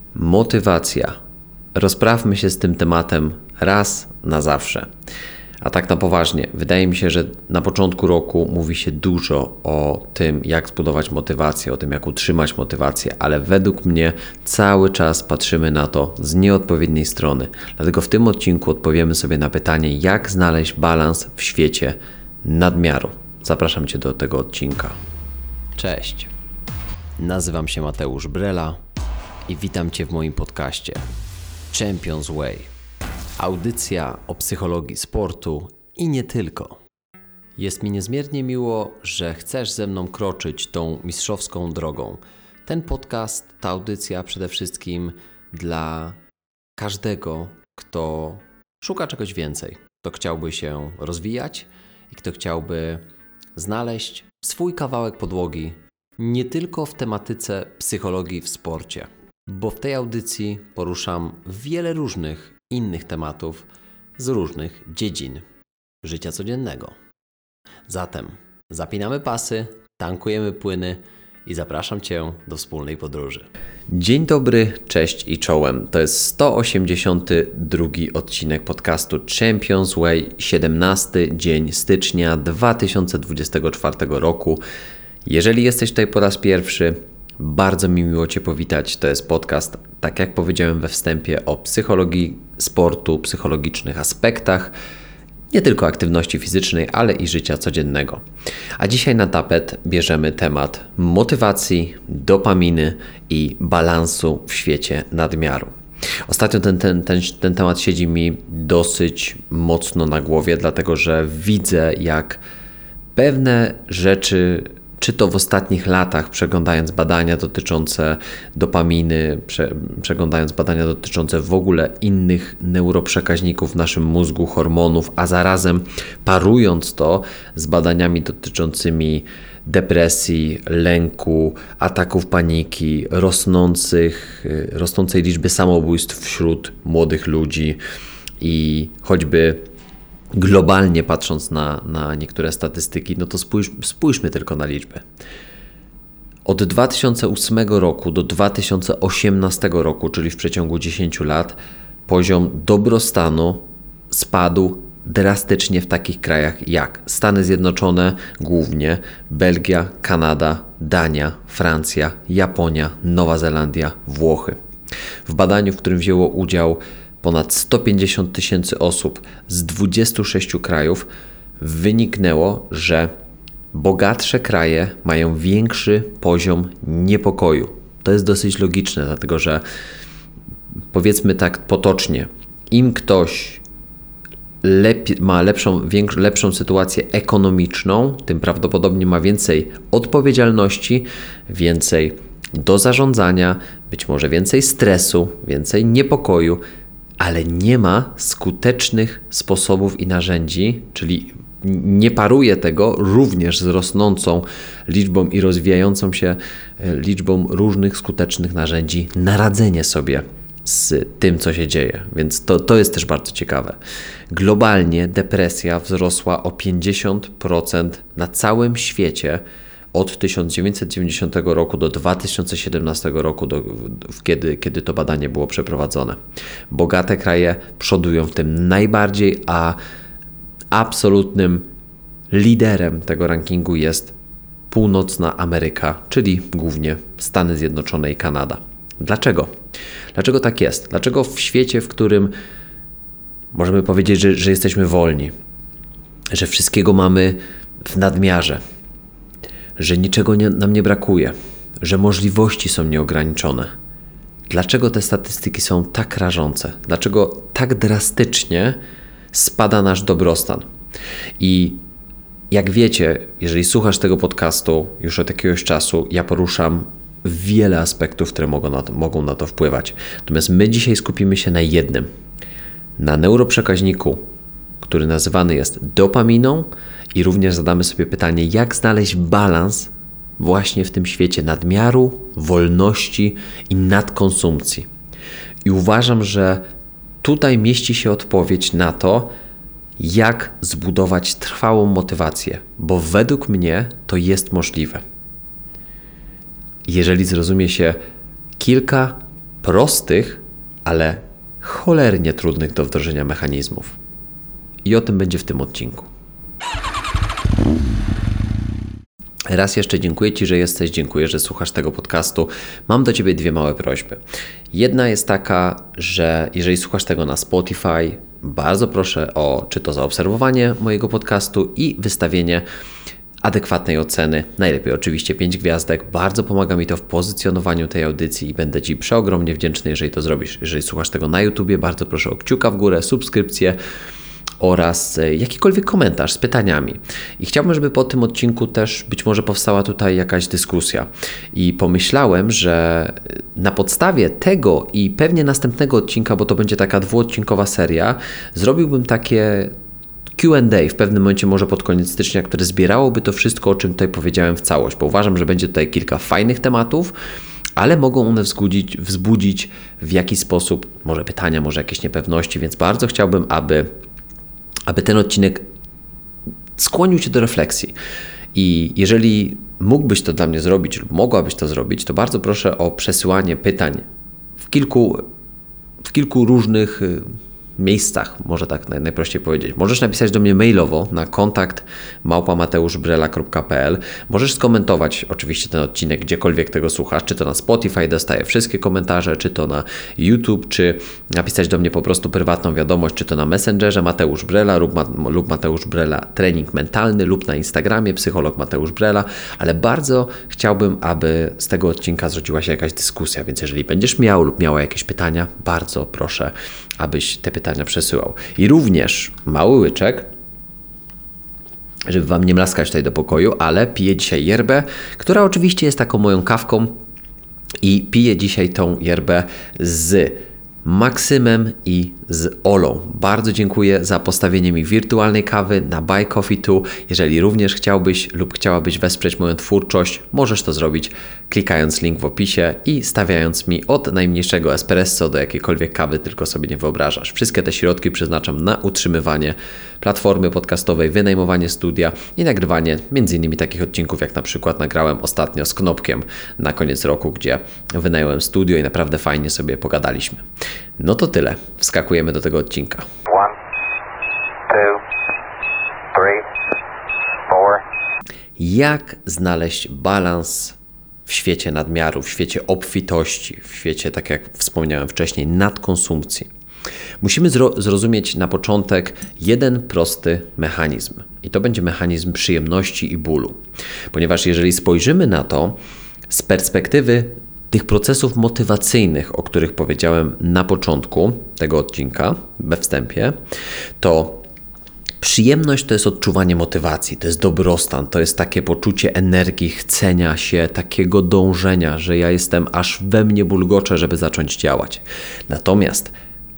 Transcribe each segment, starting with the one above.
Motywacja. Rozprawmy się z tym tematem raz na zawsze. A tak na poważnie, wydaje mi się, że na początku roku mówi się dużo o tym, jak zbudować motywację, o tym, jak utrzymać motywację, ale według mnie cały czas patrzymy na to z nieodpowiedniej strony. Dlatego w tym odcinku odpowiemy sobie na pytanie, jak znaleźć balans w świecie nadmiaru. Zapraszam Cię do tego odcinka. Cześć, nazywam się Mateusz Brela i witam Cię w moim podcaście Champions Way. Audycja o psychologii sportu i nie tylko. Jest mi niezmiernie miło, że chcesz ze mną kroczyć tą mistrzowską drogą. Ten podcast, ta audycja przede wszystkim dla każdego, kto szuka czegoś więcej, kto chciałby się rozwijać i kto chciałby znaleźć swój kawałek podłogi nie tylko w tematyce psychologii w sporcie, bo w tej audycji poruszam wiele różnych innych tematów z różnych dziedzin życia codziennego. Zatem zapinamy pasy, tankujemy płyny i zapraszam Cię do wspólnej podróży. Dzień dobry, cześć i czołem. To jest 182 odcinek podcastu Champions Way, 17 dzień stycznia 2024 roku. Jeżeli jesteś tutaj po raz pierwszy, bardzo mi miło Cię powitać. To jest podcast, tak jak powiedziałem we wstępie, o psychologii sportu, psychologicznych aspektach, nie tylko aktywności fizycznej, ale i życia codziennego. A dzisiaj na tapet bierzemy temat motywacji, dopaminy i balansu w świecie nadmiaru. Ostatnio ten temat siedzi mi dosyć mocno na głowie, dlatego że widzę, jak pewne rzeczy, czy to w ostatnich latach, przeglądając badania dotyczące dopaminy, przeglądając badania dotyczące w ogóle innych neuroprzekaźników w naszym mózgu, hormonów, a zarazem parując to z badaniami dotyczącymi depresji, lęku, ataków paniki, rosnącej liczby samobójstw wśród młodych ludzi i choćby globalnie patrząc na niektóre statystyki, no to spójrzmy tylko na liczby. Od 2008 roku do 2018 roku, czyli w przeciągu 10 lat, poziom dobrostanu spadł drastycznie w takich krajach jak Stany Zjednoczone, głównie Belgia, Kanada, Dania, Francja, Japonia, Nowa Zelandia, Włochy. W badaniu, w którym wzięło udział ponad 150 000 osób z 26 krajów, wyniknęło, że bogatsze kraje mają większy poziom niepokoju. To jest dosyć logiczne, dlatego że powiedzmy tak potocznie, im ktoś ma lepszą sytuację ekonomiczną, tym prawdopodobnie ma więcej odpowiedzialności, więcej do zarządzania, być może więcej stresu, więcej niepokoju, ale nie ma skutecznych sposobów i narzędzi, czyli nie paruje tego również z rosnącą liczbą i rozwijającą się liczbą różnych skutecznych narzędzi na radzenie sobie z tym, co się dzieje. Więc to jest też bardzo ciekawe. Globalnie depresja wzrosła o 50% na całym świecie od 1990 roku do 2017 roku, kiedy to badanie było przeprowadzone. Bogate kraje przodują w tym najbardziej, a absolutnym liderem tego rankingu jest Północna Ameryka, czyli głównie Stany Zjednoczone i Kanada. Dlaczego? Dlaczego tak jest? Dlaczego w świecie, w którym możemy powiedzieć, że jesteśmy wolni, że wszystkiego mamy w nadmiarze, że niczego nam nie brakuje, że możliwości są nieograniczone. Dlaczego te statystyki są tak rażące? Dlaczego tak drastycznie spada nasz dobrostan? I jak wiecie, jeżeli słuchasz tego podcastu już od jakiegoś czasu, ja poruszam wiele aspektów, które mogą na to wpływać. Natomiast my dzisiaj skupimy się na jednym. Na neuroprzekaźniku, który nazywany jest dopaminą, i również zadamy sobie pytanie, jak znaleźć balans właśnie w tym świecie nadmiaru, wolności i nadkonsumpcji. I uważam, że tutaj mieści się odpowiedź na to, jak zbudować trwałą motywację, bo według mnie to jest możliwe. Jeżeli zrozumie się kilka prostych, ale cholernie trudnych do wdrożenia mechanizmów. I o tym będzie w tym odcinku. Raz jeszcze dziękuję Ci, że jesteś, dziękuję, że słuchasz tego podcastu. Mam do Ciebie dwie małe prośby. Jedna jest taka, że jeżeli słuchasz tego na Spotify, bardzo proszę o czy to zaobserwowanie mojego podcastu i wystawienie adekwatnej oceny, najlepiej oczywiście 5 gwiazdek. Bardzo pomaga mi to w pozycjonowaniu tej audycji i będę Ci przeogromnie wdzięczny, jeżeli to zrobisz. Jeżeli słuchasz tego na YouTubie, bardzo proszę o kciuka w górę, subskrypcję oraz jakikolwiek komentarz z pytaniami. I chciałbym, żeby po tym odcinku też być może powstała tutaj jakaś dyskusja. I pomyślałem, że na podstawie tego i pewnie następnego odcinka, bo to będzie taka dwuodcinkowa seria, zrobiłbym takie Q&A w pewnym momencie, może pod koniec stycznia, które zbierałoby to wszystko, o czym tutaj powiedziałem w całość, bo uważam, że będzie tutaj kilka fajnych tematów, ale mogą one wzbudzić w jakiś sposób może pytania, może jakieś niepewności, więc bardzo chciałbym, aby ten odcinek skłonił Cię do refleksji. I jeżeli mógłbyś to dla mnie zrobić lub mogłabyś to zrobić, to bardzo proszę o przesyłanie pytań w kilku różnych miejscach, może tak najprościej powiedzieć. Możesz napisać do mnie mailowo na kontakt@mateuszbrela.pl. Możesz skomentować oczywiście ten odcinek, gdziekolwiek tego słuchasz, czy to na Spotify dostaję wszystkie komentarze, czy to na YouTube, czy napisać do mnie po prostu prywatną wiadomość, czy to na Messengerze Mateusz Brela lub Mateusz Brela trening mentalny lub na Instagramie psycholog Mateusz Brela, ale bardzo chciałbym, aby z tego odcinka zrodziła się jakaś dyskusja, więc jeżeli będziesz miał lub miała jakieś pytania, bardzo proszę, abyś te pytania przesyłał. I również mały łyczek, żeby Wam nie mlaskać tutaj do pokoju, ale piję dzisiaj yerbę, która oczywiście jest taką moją kawką i piję dzisiaj tą yerbę z Maksymem i z Olą. Bardzo dziękuję za postawienie mi wirtualnej kawy na Buy Coffee Tu. Jeżeli również chciałbyś lub chciałabyś wesprzeć moją twórczość, możesz to zrobić klikając link w opisie i stawiając mi od najmniejszego espresso do jakiejkolwiek kawy, tylko sobie nie wyobrażasz. Wszystkie te środki przeznaczam na utrzymywanie platformy podcastowej, wynajmowanie studia i nagrywanie m.in. takich odcinków, jak na przykład nagrałem ostatnio z Knopkiem na koniec roku, gdzie wynająłem studio i naprawdę fajnie sobie pogadaliśmy. No to tyle. Wskakujemy do tego odcinka. 1, 2, 3, 4. Jak znaleźć balans w świecie nadmiaru, w świecie obfitości, w świecie, tak jak wspomniałem wcześniej, nadkonsumpcji? Musimy zrozumieć na początek jeden prosty mechanizm. I to będzie mechanizm przyjemności i bólu. Ponieważ jeżeli spojrzymy na to z perspektywy tych procesów motywacyjnych, o których powiedziałem na początku tego odcinka, we wstępie, to przyjemność to jest odczuwanie motywacji, to jest dobrostan, to jest takie poczucie energii, chcenia się, takiego dążenia, że ja jestem aż we mnie bulgocze, żeby zacząć działać. Natomiast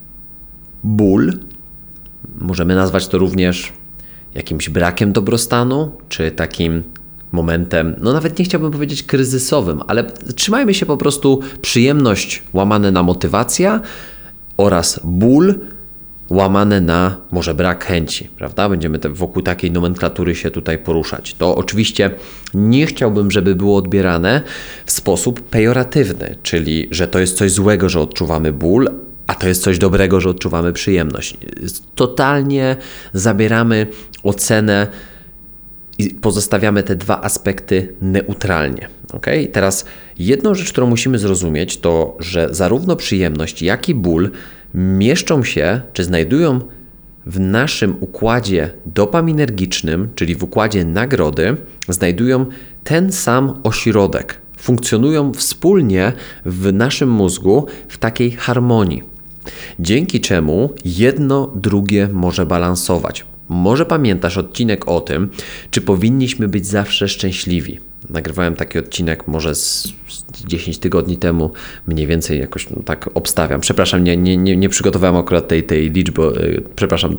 ból, możemy nazwać to również jakimś brakiem dobrostanu, czy takim momentem, no nawet nie chciałbym powiedzieć kryzysowym, ale trzymajmy się po prostu przyjemność łamane na motywacja oraz ból łamane na może brak chęci, prawda? Będziemy wokół takiej nomenklatury się tutaj poruszać. To oczywiście nie chciałbym, żeby było odbierane w sposób pejoratywny, czyli że to jest coś złego, że odczuwamy ból, a to jest coś dobrego, że odczuwamy przyjemność. Totalnie zabieramy ocenę i pozostawiamy te dwa aspekty neutralnie. Okay? Teraz jedną rzecz, którą musimy zrozumieć, to, że zarówno przyjemność, jak i ból mieszczą się, czy znajdują w naszym układzie dopaminergicznym, czyli w układzie nagrody, znajdują ten sam ośrodek. Funkcjonują wspólnie w naszym mózgu w takiej harmonii. Dzięki czemu jedno drugie może balansować. Może pamiętasz odcinek o tym, czy powinniśmy być zawsze szczęśliwi. Nagrywałem taki odcinek może z 10 tygodni temu, mniej więcej jakoś tak obstawiam. Przepraszam, nie przygotowałem akurat tej liczby, przepraszam,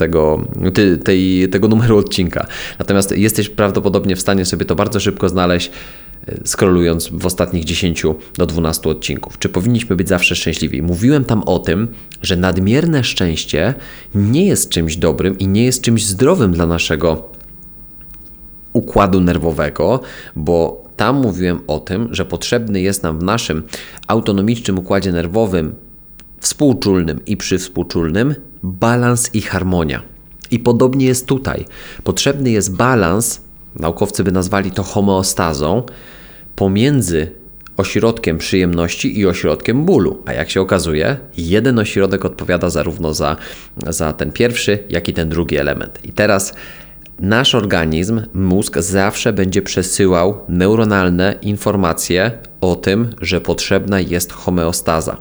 tego numeru odcinka. Natomiast jesteś prawdopodobnie w stanie sobie to bardzo szybko znaleźć, scrollując w ostatnich 10 do 12 odcinków. Czy powinniśmy być zawsze szczęśliwi? Mówiłem tam o tym, że nadmierne szczęście nie jest czymś dobrym i nie jest czymś zdrowym dla naszego układu nerwowego, bo Tam mówiłem o tym, że potrzebny jest nam w naszym autonomicznym układzie nerwowym współczulnym i przywspółczulnym balans i harmonia. I podobnie jest tutaj. Potrzebny jest balans, naukowcy by nazwali to homeostazą, pomiędzy ośrodkiem przyjemności i ośrodkiem bólu. A jak się okazuje, jeden ośrodek odpowiada zarówno za ten pierwszy, jak i ten drugi element. I teraz nasz organizm, mózg zawsze będzie przesyłał neuronalne informacje o tym, że potrzebna jest homeostaza.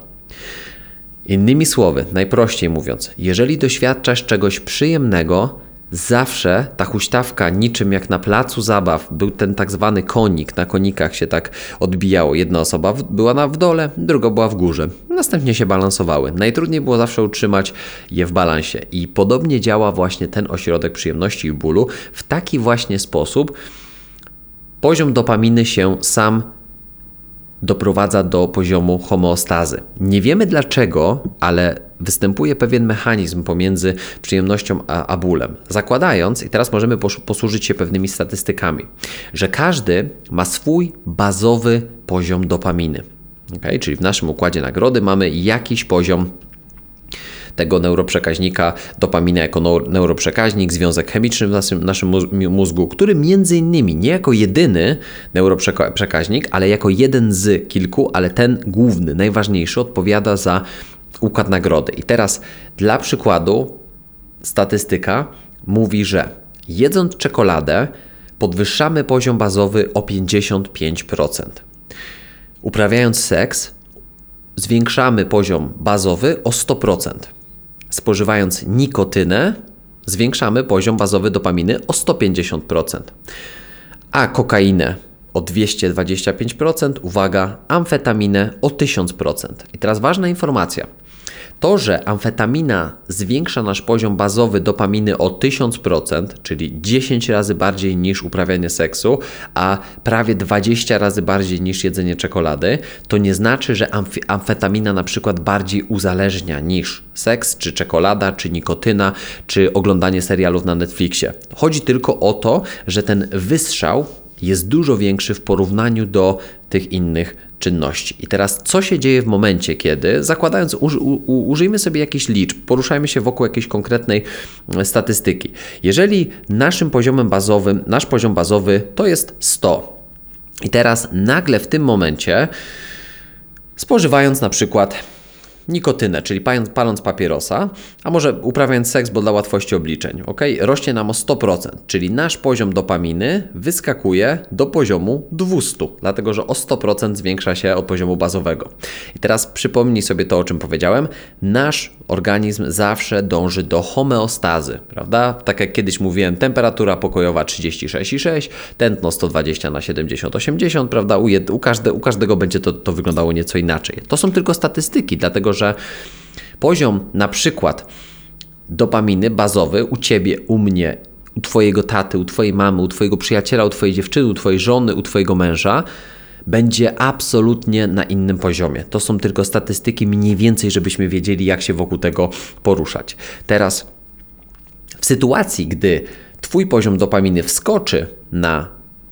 Innymi słowy, najprościej mówiąc, jeżeli doświadczasz czegoś przyjemnego, zawsze ta huśtawka, niczym jak na placu zabaw, był ten tak zwany konik, na konikach się tak odbijało. Jedna osoba była w dole, druga była w górze. Następnie się balansowały. Najtrudniej było zawsze utrzymać je w balansie. I podobnie działa właśnie ten ośrodek przyjemności i bólu. W taki właśnie sposób poziom dopaminy się sam doprowadza do poziomu homeostazy. Nie wiemy dlaczego, ale występuje pewien mechanizm pomiędzy przyjemnością a bólem. Zakładając, i teraz możemy posłużyć się pewnymi statystykami, że każdy ma swój bazowy poziom dopaminy. Okay? Czyli w naszym układzie nagrody mamy jakiś poziom tego neuroprzekaźnika, dopamina jako neuroprzekaźnik, związek chemiczny w naszym mózgu, który między innymi nie jako jedyny neuroprzekaźnik, ale jako jeden z kilku, ale ten główny, najważniejszy odpowiada za układ nagrody. I teraz dla przykładu statystyka mówi, że jedząc czekoladę podwyższamy poziom bazowy o 55%. Uprawiając seks zwiększamy poziom bazowy o 100%. Spożywając nikotynę zwiększamy poziom bazowy dopaminy o 150%. A kokainę o 225%, uwaga, amfetaminę o 1000%. I teraz ważna informacja. To, że amfetamina zwiększa nasz poziom bazowy dopaminy o 1000%, czyli 10 razy bardziej niż uprawianie seksu, a prawie 20 razy bardziej niż jedzenie czekolady, to nie znaczy, że amfetamina na przykład bardziej uzależnia niż seks, czy czekolada, czy nikotyna, czy oglądanie serialów na Netflixie. Chodzi tylko o to, że ten wystrzał jest dużo większy w porównaniu do tych innych czynności. I teraz co się dzieje w momencie, kiedy, zakładając, użyjmy sobie jakichś liczb, poruszajmy się wokół jakiejś konkretnej statystyki. Jeżeli nasz poziom bazowy to jest 100 i teraz nagle w tym momencie spożywając na przykład nikotynę, czyli paląc papierosa, a może uprawiając seks, bo dla łatwości obliczeń, rośnie nam o 100%, czyli nasz poziom dopaminy wyskakuje do poziomu 200, dlatego że o 100% zwiększa się od poziomu bazowego. I teraz przypomnij sobie to, o czym powiedziałem. Nasz organizm zawsze dąży do homeostazy, prawda? Tak jak kiedyś mówiłem, temperatura pokojowa 36,6, tętno 120/70-80, prawda? U każdego będzie to wyglądało nieco inaczej. To są tylko statystyki, dlatego że poziom na przykład dopaminy bazowy u Ciebie, u mnie, u Twojego taty, u Twojej mamy, u Twojego przyjaciela, u Twojej dziewczyny, u Twojej żony, u Twojego męża będzie absolutnie na innym poziomie. To są tylko statystyki mniej więcej, żebyśmy wiedzieli, jak się wokół tego poruszać. Teraz w sytuacji, gdy Twój poziom dopaminy wskoczy na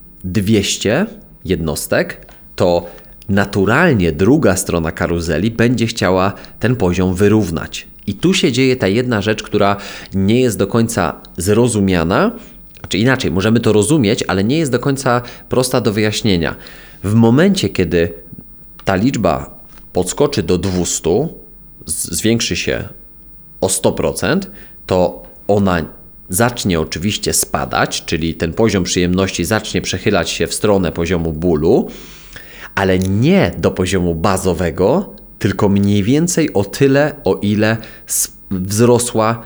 200 jednostek, to naturalnie druga strona karuzeli będzie chciała ten poziom wyrównać. I tu się dzieje ta jedna rzecz, która nie jest do końca zrozumiana, czy inaczej, możemy to rozumieć, ale nie jest do końca prosta do wyjaśnienia. W momencie, kiedy ta liczba podskoczy do 200, zwiększy się o 100%, to ona zacznie oczywiście spadać, czyli ten poziom przyjemności zacznie przechylać się w stronę poziomu bólu, ale nie do poziomu bazowego, tylko mniej więcej o tyle, o ile wzrosła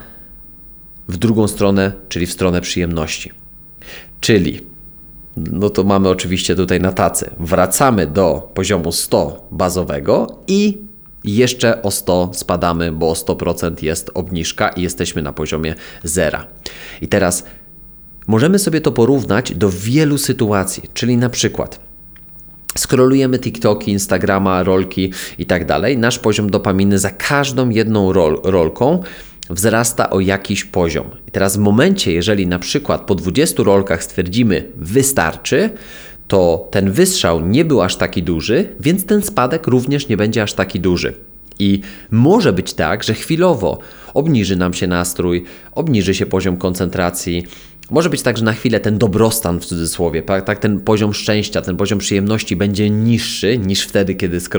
w drugą stronę, czyli w stronę przyjemności. Czyli, no to mamy oczywiście tutaj na tacy, wracamy do poziomu 100 bazowego i jeszcze o 100 spadamy, bo o 100% jest obniżka i jesteśmy na poziomie 0. I teraz możemy sobie to porównać do wielu sytuacji, czyli na przykład scrollujemy TikToki, Instagrama, rolki i tak dalej. Nasz poziom dopaminy za każdą jedną rolką wzrasta o jakiś poziom. I teraz w momencie, jeżeli na przykład po 20 rolkach stwierdzimy wystarczy, to ten wystrzał nie był aż taki duży, więc ten spadek również nie będzie aż taki duży. I może być tak, że chwilowo obniży nam się nastrój, obniży się poziom koncentracji. Może być tak, że na chwilę ten dobrostan w cudzysłowie, tak, ten poziom szczęścia, ten poziom przyjemności będzie niższy niż wtedy,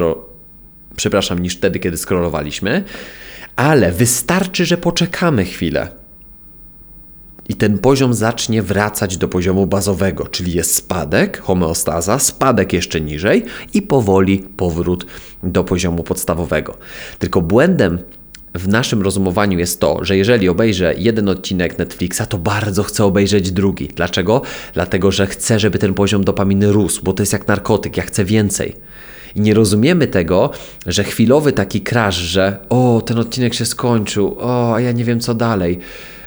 kiedy scrollowaliśmy, ale wystarczy, że poczekamy chwilę. I ten poziom zacznie wracać do poziomu bazowego, czyli jest spadek, homeostaza, spadek jeszcze niżej i powoli powrót do poziomu podstawowego. Tylko błędem w naszym rozumowaniu jest to, że jeżeli obejrzę jeden odcinek Netflixa, to bardzo chcę obejrzeć drugi. Dlaczego? Dlatego, że chcę, żeby ten poziom dopaminy rósł, bo to jest jak narkotyk, ja chcę więcej. I nie rozumiemy tego, że chwilowy taki crash, że ten odcinek się skończył, a ja nie wiem co dalej.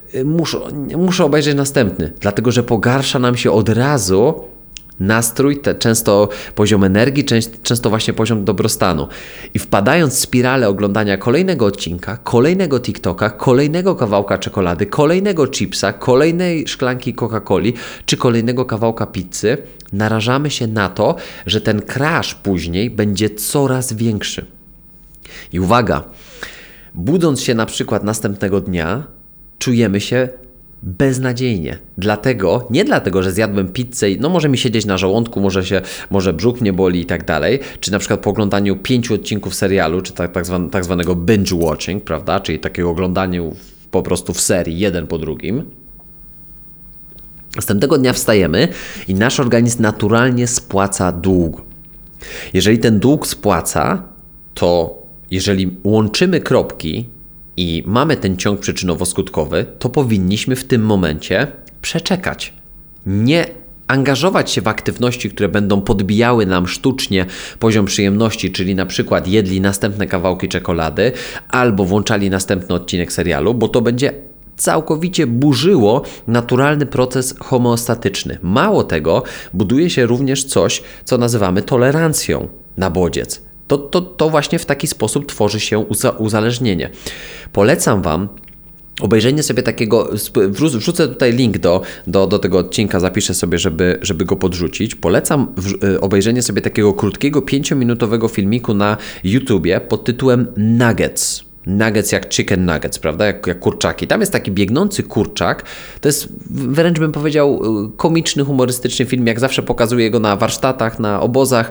Muszę obejrzeć następny, dlatego że pogarsza nam się od razu nastrój, często poziom energii, często właśnie poziom dobrostanu. I wpadając w spiralę oglądania kolejnego odcinka, kolejnego TikToka, kolejnego kawałka czekolady, kolejnego chipsa, kolejnej szklanki Coca-Coli czy kolejnego kawałka pizzy, narażamy się na to, że ten crash później będzie coraz większy. I uwaga, budząc się na przykład następnego dnia, czujemy się beznadziejnie. Nie dlatego, że zjadłem pizzę i może mi siedzieć na żołądku, może brzuch mnie boli i tak dalej, czy na przykład po oglądaniu 5 odcinków serialu, czy tak zwanego binge watching, prawda, czyli takiego oglądania po prostu w serii, jeden po drugim. Następnego dnia wstajemy i nasz organizm naturalnie spłaca dług. Jeżeli ten dług spłaca, to jeżeli łączymy kropki i mamy ten ciąg przyczynowo-skutkowy, to powinniśmy w tym momencie przeczekać. Nie angażować się w aktywności, które będą podbijały nam sztucznie poziom przyjemności, czyli na przykład jedli następne kawałki czekolady albo włączali następny odcinek serialu, bo to będzie całkowicie burzyło naturalny proces homeostatyczny. Mało tego, buduje się również coś, co nazywamy tolerancją na bodziec. To właśnie w taki sposób tworzy się uzależnienie. Polecam Wam obejrzenie sobie takiego, wrzucę tutaj link do tego odcinka, zapiszę sobie, żeby go podrzucić. Polecam obejrzenie sobie takiego krótkiego, 5-minutowego filmiku na YouTubie pod tytułem Nuggets. Nuggets jak chicken nuggets, prawda? Jak kurczaki. Tam jest taki biegnący kurczak. To jest wręcz bym powiedział komiczny, humorystyczny film. Jak zawsze pokazuję go na warsztatach, na obozach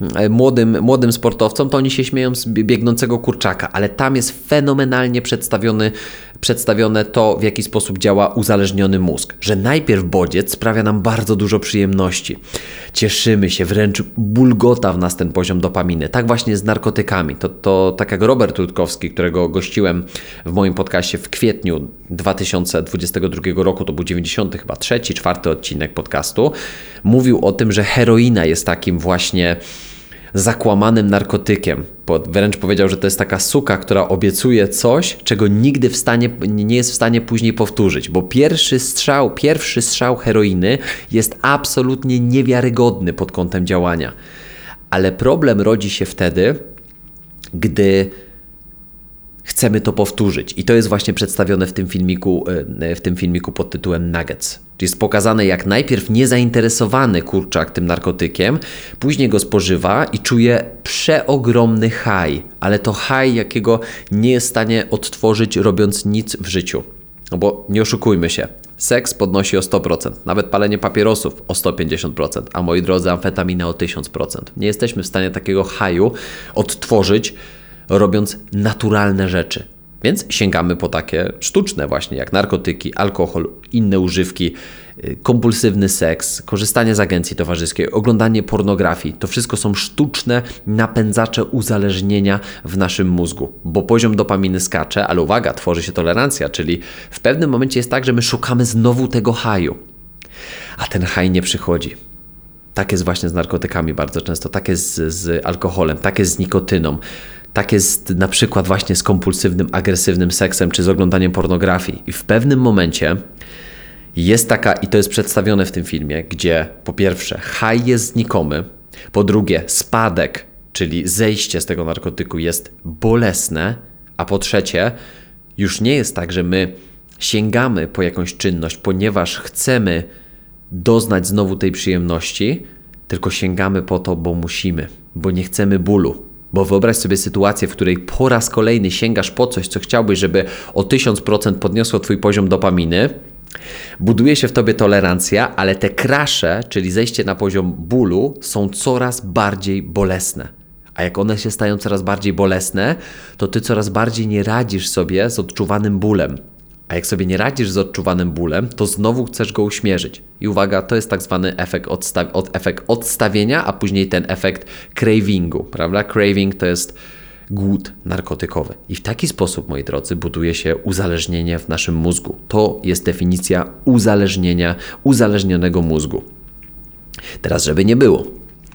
młodym sportowcom, to oni się śmieją z biegnącego kurczaka, ale tam jest fenomenalnie przedstawione to, w jaki sposób działa uzależniony mózg. Że najpierw bodziec sprawia nam bardzo dużo przyjemności. Cieszymy się, wręcz bulgota w nas ten poziom dopaminy. Tak właśnie z narkotykami. To tak jak Robert Rutkowski, którego gościłem w moim podcaście w kwietniu 2022 roku, to był 90 chyba 3, 4 odcinek podcastu, mówił o tym, że heroina jest takim właśnie zakłamanym narkotykiem. Wręcz powiedział, że to jest taka suka, która obiecuje coś, czego nigdy nie jest w stanie później powtórzyć, bo pierwszy strzał heroiny jest absolutnie niewiarygodny pod kątem działania. Ale problem rodzi się wtedy, gdy chcemy to powtórzyć. I to jest właśnie przedstawione w tym filmiku pod tytułem Nuggets. Czyli jest pokazane, jak najpierw niezainteresowany kurczak tym narkotykiem, później go spożywa i czuje przeogromny high, ale to high, jakiego nie jest w stanie odtworzyć, robiąc nic w życiu. No bo nie oszukujmy się, seks podnosi o 100%, nawet palenie papierosów o 150%, a moi drodzy, amfetamina o 1000%. Nie jesteśmy w stanie takiego high'u odtworzyć, robiąc naturalne rzeczy. Więc sięgamy po takie sztuczne właśnie, jak narkotyki, alkohol, inne używki, kompulsywny seks, korzystanie z agencji towarzyskiej, oglądanie pornografii. To wszystko są sztuczne napędzacze uzależnienia w naszym mózgu, bo poziom dopaminy skacze, ale uwaga, tworzy się tolerancja, czyli w pewnym momencie jest tak, że my szukamy znowu tego haju, a ten haj nie przychodzi. Tak jest właśnie z narkotykami bardzo często, tak jest z alkoholem, tak jest z nikotyną. Tak jest na przykład właśnie z kompulsywnym, agresywnym seksem czy z oglądaniem pornografii. I w pewnym momencie jest taka, i to jest przedstawione w tym filmie, gdzie po pierwsze high jest znikomy, po drugie spadek, czyli zejście z tego narkotyku jest bolesne, a po trzecie już nie jest tak, że my sięgamy po jakąś czynność, ponieważ chcemy doznać znowu tej przyjemności, tylko sięgamy po to, bo musimy, bo nie chcemy bólu. Bo wyobraź sobie sytuację, w której po raz kolejny sięgasz po coś, co chciałbyś, żeby o 1000% podniosło Twój poziom dopaminy. Buduje się w Tobie tolerancja, ale te crashe, czyli zejście na poziom bólu, są coraz bardziej bolesne. A jak one się stają coraz bardziej bolesne, to Ty coraz bardziej nie radzisz sobie z odczuwanym bólem. A jak sobie nie radzisz z odczuwanym bólem, to znowu chcesz go uśmierzyć. I uwaga, to jest tak zwany efekt odstawienia, a później ten efekt cravingu, prawda? Craving to jest głód narkotykowy. I w taki sposób, moi drodzy, buduje się uzależnienie w naszym mózgu. To jest definicja uzależnienia, uzależnionego mózgu. Teraz, żeby nie było.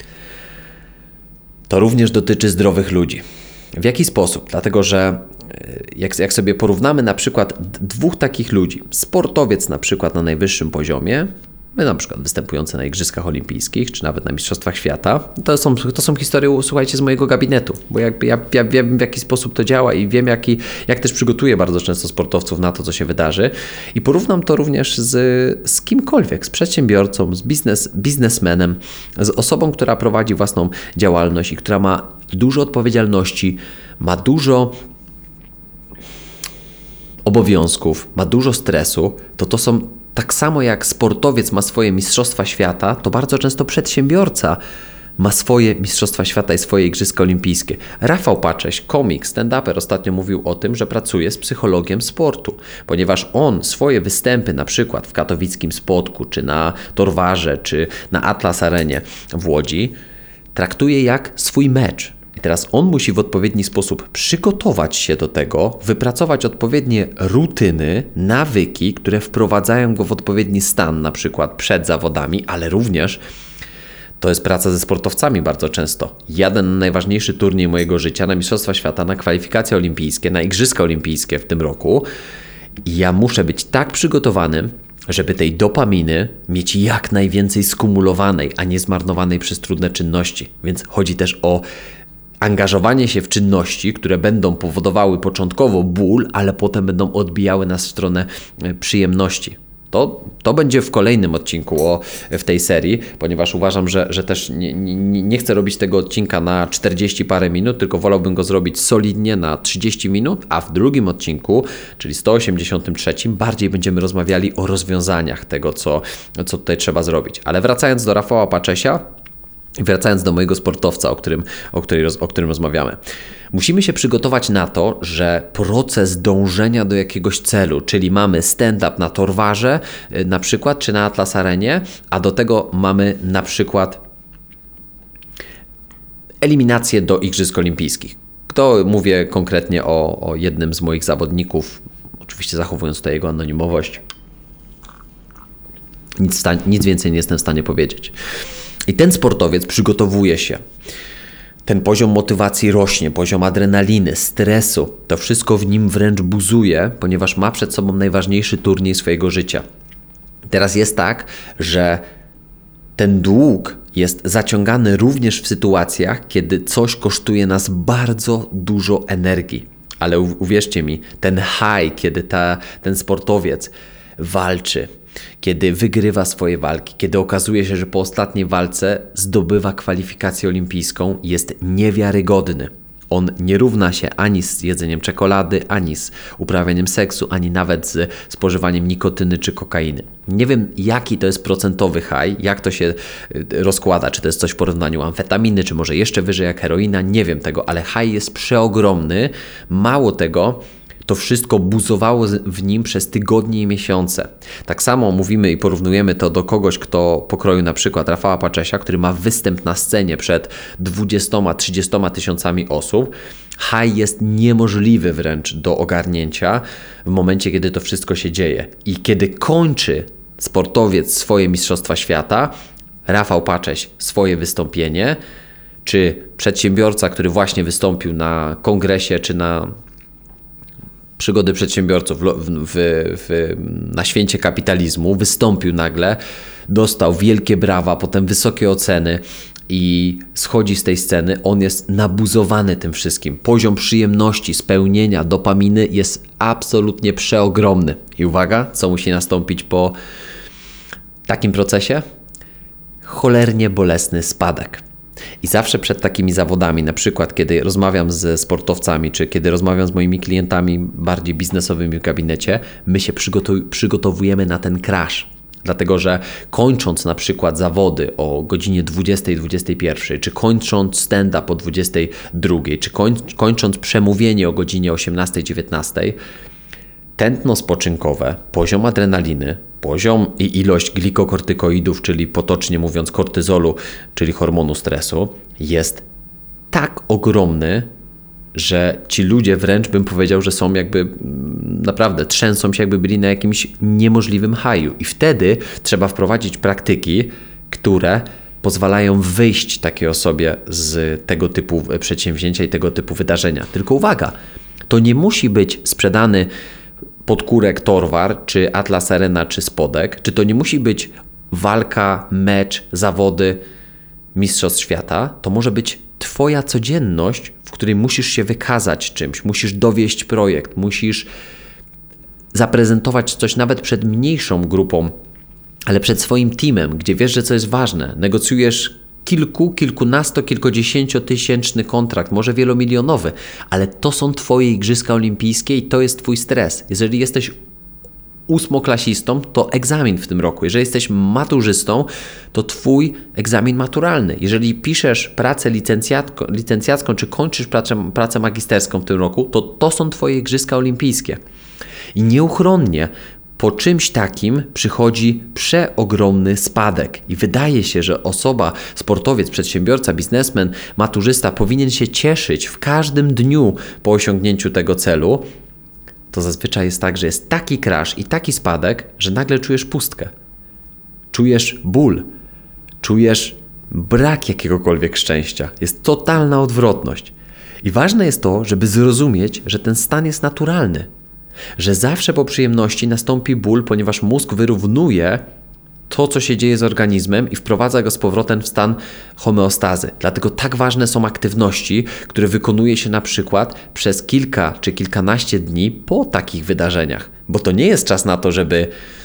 To również dotyczy zdrowych ludzi. W jaki sposób? Dlatego, że jak sobie porównamy na przykład dwóch takich ludzi, sportowiec na przykład na najwyższym poziomie, na przykład występujący na Igrzyskach Olimpijskich, czy nawet na Mistrzostwach Świata, to są historie, słuchajcie, z mojego gabinetu, bo ja wiem, w jaki sposób to działa i wiem, jak też przygotuję bardzo często sportowców na to, co się wydarzy i porównam to również z kimkolwiek, z przedsiębiorcą, z biznesmenem, z osobą, która prowadzi własną działalność i która ma dużo odpowiedzialności, ma dużo obowiązków, ma dużo stresu, to są tak samo jak sportowiec ma swoje mistrzostwa świata, to bardzo często przedsiębiorca ma swoje mistrzostwa świata i swoje Igrzyska Olimpijskie. Rafał Pacześ, komik, stand-uper, ostatnio mówił o tym, że pracuje z psychologiem sportu, ponieważ on swoje występy na przykład w katowickim Spodku, czy na Torwarze, czy na Atlas Arenie w Łodzi traktuje jak swój mecz. I teraz on musi w odpowiedni sposób przygotować się do tego, wypracować odpowiednie rutyny, nawyki, które wprowadzają go w odpowiedni stan, na przykład przed zawodami, ale również to jest praca ze sportowcami bardzo często. Jadę na najważniejszy turniej mojego życia, na Mistrzostwa Świata, na kwalifikacje olimpijskie, na Igrzyska Olimpijskie w tym roku i ja muszę być tak przygotowany, żeby tej dopaminy mieć jak najwięcej skumulowanej, a nie zmarnowanej przez trudne czynności. Więc chodzi też o angażowanie się w czynności, które będą powodowały początkowo ból, ale potem będą odbijały nas w stronę przyjemności. To będzie w kolejnym odcinku w tej serii, ponieważ uważam, że też nie chcę robić tego odcinka na 40 parę minut, tylko wolałbym go zrobić solidnie na 30 minut, a w drugim odcinku, czyli 183, bardziej będziemy rozmawiali o rozwiązaniach tego, co tutaj trzeba zrobić. Ale wracając do Rafała Paczesia, wracając do mojego sportowca, o którym rozmawiamy. Musimy się przygotować na to, że proces dążenia do jakiegoś celu, czyli mamy stand-up na Torwarze na przykład, czy na Atlas Arenie, a do tego mamy na przykład eliminację do Igrzysk Olimpijskich. To mówię konkretnie o jednym z moich zawodników, oczywiście zachowując tutaj jego anonimowość. Nic więcej nie jestem w stanie powiedzieć. I ten sportowiec przygotowuje się. Ten poziom motywacji rośnie, poziom adrenaliny, stresu. To wszystko w nim wręcz buzuje, ponieważ ma przed sobą najważniejszy turniej swojego życia. Teraz jest tak, że ten dług jest zaciągany również w sytuacjach, kiedy coś kosztuje nas bardzo dużo energii. Ale uwierzcie mi, ten high, kiedy ten sportowiec walczy, kiedy wygrywa swoje walki, kiedy okazuje się, że po ostatniej walce zdobywa kwalifikację olimpijską, jest niewiarygodny. On nie równa się ani z jedzeniem czekolady, ani z uprawianiem seksu, ani nawet z spożywaniem nikotyny czy kokainy. Nie wiem, jaki to jest procentowy high, jak to się rozkłada, czy to jest coś w porównaniu amfetaminy, czy może jeszcze wyżej jak heroina, nie wiem tego, ale high jest przeogromny. Mało tego, to wszystko buzowało w nim przez tygodnie i miesiące. Tak samo mówimy i porównujemy to do kogoś, kto pokroju na przykład Rafała Paczesia, który ma występ na scenie przed 20-30 tysiącami osób. High jest niemożliwy wręcz do ogarnięcia w momencie, kiedy to wszystko się dzieje. I kiedy kończy sportowiec swoje Mistrzostwa Świata, Rafał Pacześ swoje wystąpienie, czy przedsiębiorca, który właśnie wystąpił na kongresie, czy na przygody przedsiębiorców na święcie kapitalizmu, wystąpił nagle, dostał wielkie brawa, potem wysokie oceny i schodzi z tej sceny. On jest nabuzowany tym wszystkim. Poziom przyjemności, spełnienia, dopaminy jest absolutnie przeogromny. I uwaga, co musi nastąpić po takim procesie? cholernie bolesny spadek. I zawsze przed takimi zawodami, na przykład kiedy rozmawiam ze sportowcami, czy kiedy rozmawiam z moimi klientami bardziej biznesowymi w gabinecie, my się przygotowujemy na ten crash. Dlatego, że kończąc na przykład zawody o godzinie 20-21, czy kończąc stand-up o 22, czy kończąc przemówienie o godzinie 18-19, tętno spoczynkowe, poziom adrenaliny, poziom i ilość glikokortykoidów, czyli potocznie mówiąc kortyzolu, czyli hormonu stresu, jest tak ogromny, że ci ludzie wręcz bym powiedział, że są jakby naprawdę trzęsą się, jakby byli na jakimś niemożliwym haju. I wtedy trzeba wprowadzić praktyki, które pozwalają wyjść takiej osobie z tego typu przedsięwzięcia i tego typu wydarzenia. Tylko uwaga, to nie musi być sprzedany podkórek Torwar, czy Atlas Arena, czy Spodek, czy to nie musi być walka, mecz, zawody Mistrzostw Świata. To może być Twoja codzienność, w której musisz się wykazać czymś, musisz dowieść projekt, musisz zaprezentować coś nawet przed mniejszą grupą, ale przed swoim teamem, gdzie wiesz, że co jest ważne. Negocjujesz kilkudziesięciotysięczny kontrakt, może wielomilionowy, ale to są Twoje igrzyska olimpijskie i to jest Twój stres. Jeżeli jesteś ósmoklasistą, to egzamin w tym roku. Jeżeli jesteś maturzystą, to Twój egzamin maturalny. Jeżeli piszesz pracę licencjacką, czy kończysz pracę magisterską w tym roku, to są Twoje igrzyska olimpijskie. I nieuchronnie po czymś takim przychodzi przeogromny spadek i wydaje się, że osoba, sportowiec, przedsiębiorca, biznesmen, maturzysta powinien się cieszyć w każdym dniu po osiągnięciu tego celu. To zazwyczaj jest tak, że jest taki crash i taki spadek, że nagle czujesz pustkę. Czujesz ból, czujesz brak jakiegokolwiek szczęścia. Jest totalna odwrotność. I ważne jest to, żeby zrozumieć, że ten stan jest naturalny. Że zawsze po przyjemności nastąpi ból, ponieważ mózg wyrównuje to, co się dzieje z organizmem i wprowadza go z powrotem w stan homeostazy. Dlatego tak ważne są aktywności, które wykonuje się na przykład przez kilka czy kilkanaście dni po takich wydarzeniach. Bo to nie jest czas na to, żeby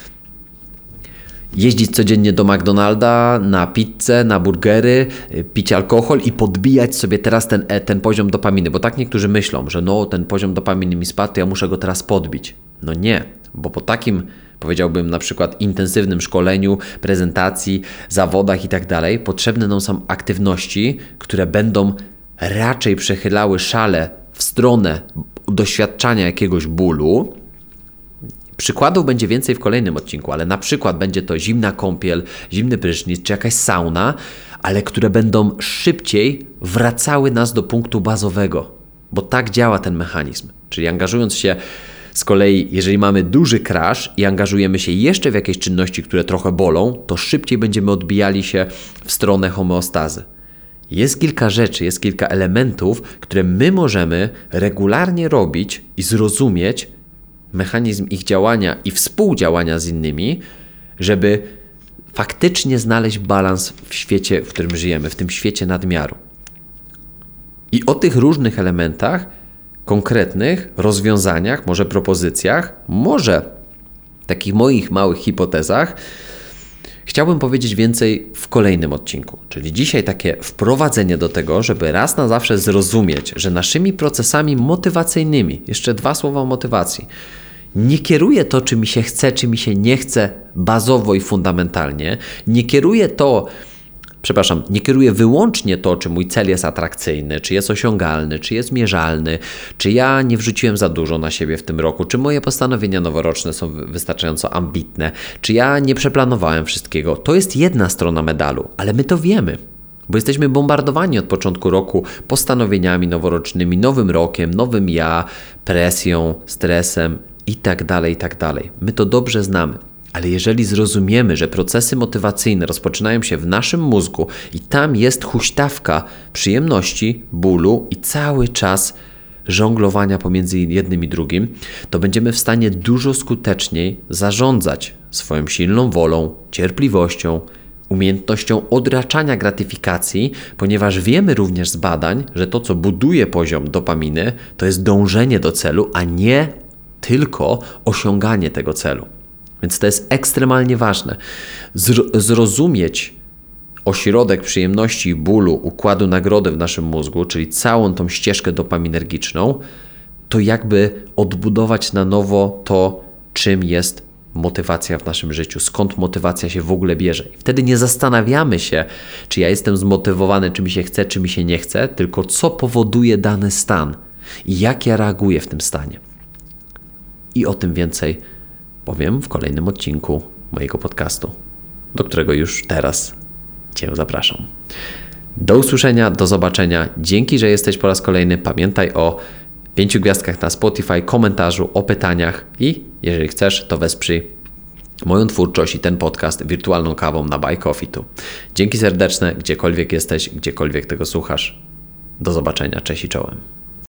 jeździć codziennie do McDonalda, na pizzę, na burgery, pić alkohol i podbijać sobie teraz ten poziom dopaminy. Bo tak niektórzy myślą, że ten poziom dopaminy mi spadł, to ja muszę go teraz podbić. No nie, bo po takim, powiedziałbym na przykład intensywnym szkoleniu, prezentacji, zawodach i tak dalej, potrzebne nam są aktywności, które będą raczej przechylały szale w stronę doświadczania jakiegoś bólu. Przykładów będzie więcej w kolejnym odcinku, ale na przykład będzie to zimna kąpiel, zimny prysznic czy jakaś sauna, ale które będą szybciej wracały nas do punktu bazowego, bo tak działa ten mechanizm. Czyli angażując się z kolei, jeżeli mamy duży crash i angażujemy się jeszcze w jakieś czynności, które trochę bolą, to szybciej będziemy odbijali się w stronę homeostazy. Jest kilka rzeczy, jest kilka elementów, które my możemy regularnie robić i zrozumieć mechanizm ich działania i współdziałania z innymi, żeby faktycznie znaleźć balans w świecie, w którym żyjemy, w tym świecie nadmiaru. I o tych różnych elementach, konkretnych rozwiązaniach, może propozycjach, może takich moich małych hipotezach chciałbym powiedzieć więcej w kolejnym odcinku. Czyli dzisiaj takie wprowadzenie do tego, żeby raz na zawsze zrozumieć, że naszymi procesami motywacyjnymi, jeszcze 2 słowa o motywacji, nie kieruje to, czy mi się chce, czy mi się nie chce bazowo i fundamentalnie. Nie kieruje wyłącznie to, czy mój cel jest atrakcyjny, czy jest osiągalny, czy jest mierzalny, czy ja nie wrzuciłem za dużo na siebie w tym roku, czy moje postanowienia noworoczne są wystarczająco ambitne, czy ja nie przeplanowałem wszystkiego. To jest jedna strona medalu, ale my to wiemy. Bo jesteśmy bombardowani od początku roku postanowieniami noworocznymi, nowym rokiem, nowym ja, presją, stresem i tak dalej. My to dobrze znamy. Ale jeżeli zrozumiemy, że procesy motywacyjne rozpoczynają się w naszym mózgu i tam jest huśtawka przyjemności, bólu i cały czas żonglowania pomiędzy jednym i drugim, to będziemy w stanie dużo skuteczniej zarządzać swoją silną wolą, cierpliwością, umiejętnością odraczania gratyfikacji, ponieważ wiemy również z badań, że to, co buduje poziom dopaminy, to jest dążenie do celu, a nie tylko osiąganie tego celu. Więc to jest ekstremalnie ważne. Zrozumieć, ośrodek przyjemności i bólu układu nagrody w naszym mózgu, czyli całą tą ścieżkę dopaminergiczną, to jakby odbudować na nowo to, czym jest motywacja w naszym życiu, skąd motywacja się w ogóle bierze. I wtedy nie zastanawiamy się, czy ja jestem zmotywowany, czy mi się chce, czy mi się nie chce, tylko co powoduje dany stan i jak ja reaguję w tym stanie. I o tym więcej powiem w kolejnym odcinku mojego podcastu, do którego już teraz Cię zapraszam. Do usłyszenia, do zobaczenia. Dzięki, że jesteś po raz kolejny. Pamiętaj o 5 gwiazdkach na Spotify, komentarzu, o pytaniach i jeżeli chcesz, to wesprzyj moją twórczość i ten podcast wirtualną kawą na Buy Coffee Tu. Dzięki serdeczne, gdziekolwiek jesteś, gdziekolwiek tego słuchasz. Do zobaczenia. Cześć i czołem.